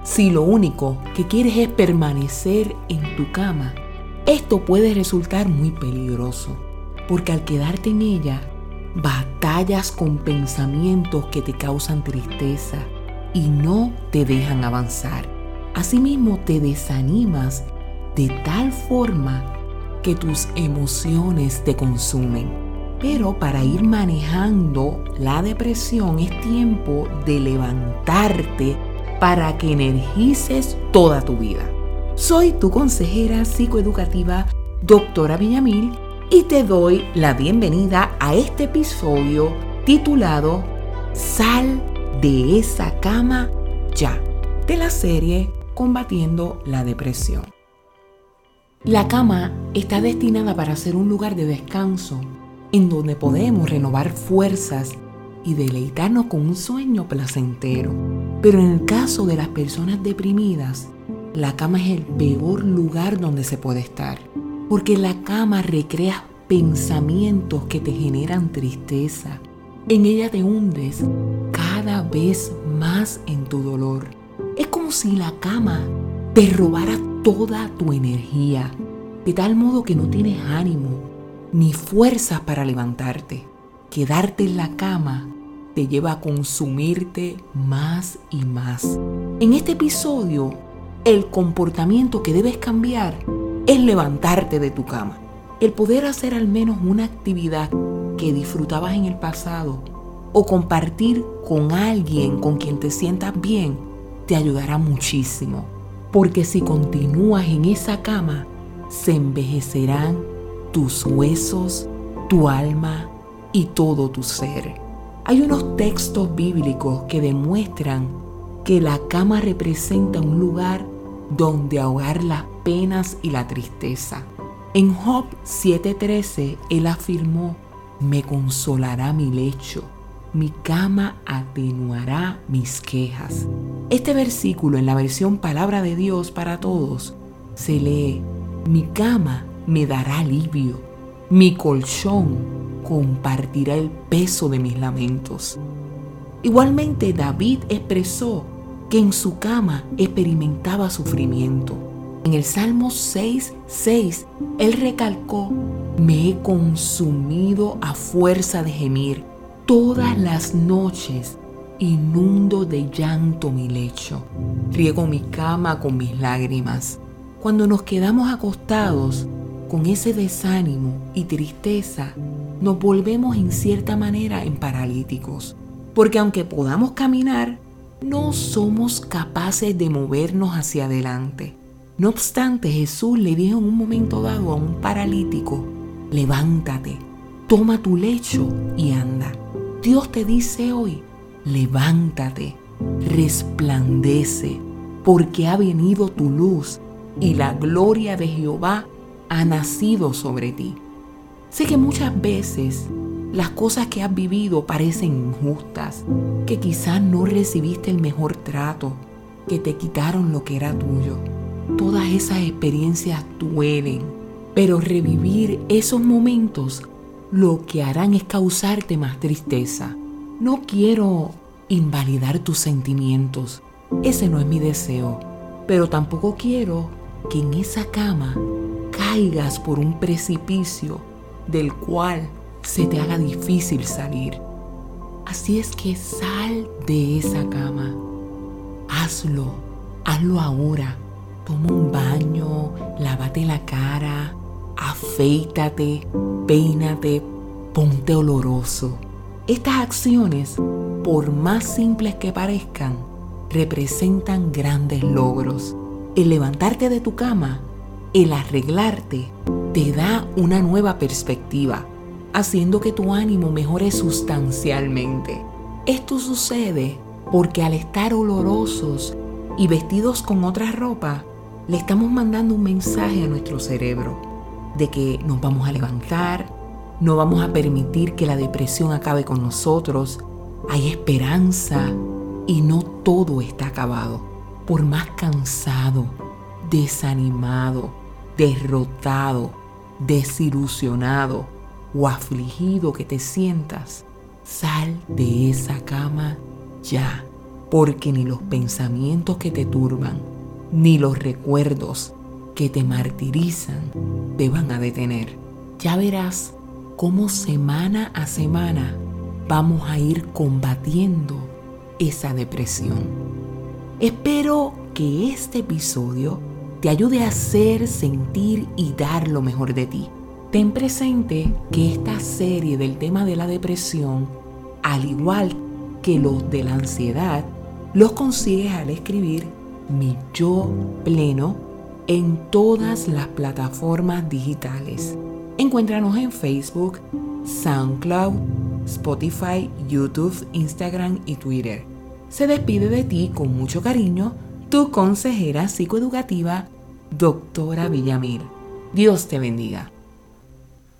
Si lo único que quieres es permanecer en tu cama, esto puede resultar muy peligroso, porque al quedarte en ella, batallas con pensamientos que te causan tristeza y no te dejan avanzar. Asimismo, te desanimas de tal forma que tus emociones te consumen. Pero para ir manejando la depresión es tiempo de levantarte para que energices toda tu vida. Soy tu consejera psicoeducativa, doctora Villamil, y te doy la bienvenida a este episodio titulado Sal de esa cama ya, de la serie Combatiendo la Depresión. La cama está destinada para ser un lugar de descanso en donde podemos renovar fuerzas y deleitarnos con un sueño placentero. Pero en el caso de las personas deprimidas, la cama es el peor lugar donde se puede estar, porque la cama recrea pensamientos que te generan tristeza. En ella te hundes cada vez más en tu dolor. Es como si la cama te robara toda tu energía, de tal modo que no tienes ánimo ni fuerzas para levantarte. Quedarte en la cama te lleva a consumirte más y más. En este episodio, el comportamiento que debes cambiar es levantarte de tu cama. El poder hacer al menos una actividad que disfrutabas en el pasado o compartir con alguien con quien te sientas bien te ayudará muchísimo. Porque si continúas en esa cama, se envejecerán tus huesos, tu alma y todo tu ser. Hay unos textos bíblicos que demuestran que la cama representa un lugar donde ahogar las penas y la tristeza. En Job 7:13, él afirmó: me consolará mi lecho, mi cama atenuará mis quejas. Este versículo en la versión Palabra de Dios para Todos se lee: mi cama me dará alivio, mi colchón compartirá el peso de mis lamentos. Igualmente, David expresó que en su cama experimentaba sufrimiento. En el Salmo 6:6, él recalcó: me he consumido a fuerza de gemir. Todas las noches inundo de llanto mi lecho. Riego mi cama con mis lágrimas. Cuando nos quedamos acostados con ese desánimo y tristeza, nos volvemos en cierta manera en paralíticos. Porque aunque podamos caminar, no somos capaces de movernos hacia adelante. No obstante, Jesús le dijo en un momento dado a un paralítico: levántate, toma tu lecho y anda. Dios te dice hoy: levántate, resplandece, porque ha venido tu luz y la gloria de Jehová ha nacido sobre ti. Sé que muchas veces las cosas que has vivido parecen injustas, que quizás no recibiste el mejor trato, que te quitaron lo que era tuyo. Todas esas experiencias duelen, pero revivir esos momentos lo que harán es causarte más tristeza. No quiero invalidar tus sentimientos, ese no es mi deseo, pero tampoco quiero que en esa cama caigas por un precipicio del cual se te haga difícil salir. Así es que sal de esa cama. Hazlo ahora. Toma un baño, lávate la cara, afeítate, peínate, ponte oloroso. Estas acciones, por más simples que parezcan, representan grandes logros. El levantarte de tu cama, el arreglarte, te da una nueva perspectiva, haciendo que tu ánimo mejore sustancialmente. Esto sucede porque al estar olorosos y vestidos con otra ropa, le estamos mandando un mensaje a nuestro cerebro de que nos vamos a levantar, no vamos a permitir que la depresión acabe con nosotros, hay esperanza y no todo está acabado. Por más cansado, desanimado, derrotado, desilusionado o afligido que te sientas, sal de esa cama ya. porque ni los pensamientos que te turban, ni los recuerdos que te martirizan te van a detener. Ya verás cómo semana a semana vamos a ir combatiendo esa depresión. Espero que este episodio te ayude a hacer, sentir y dar lo mejor de ti. Ten presente que esta serie del tema de la depresión, al igual que los de la ansiedad, los consigues al escribir Mi Yo Pleno en todas las plataformas digitales. Encuéntranos en Facebook, SoundCloud, Spotify, YouTube, Instagram y Twitter. Se despide de ti con mucho cariño tu consejera psicoeducativa, Doctora Villamil. Dios te bendiga.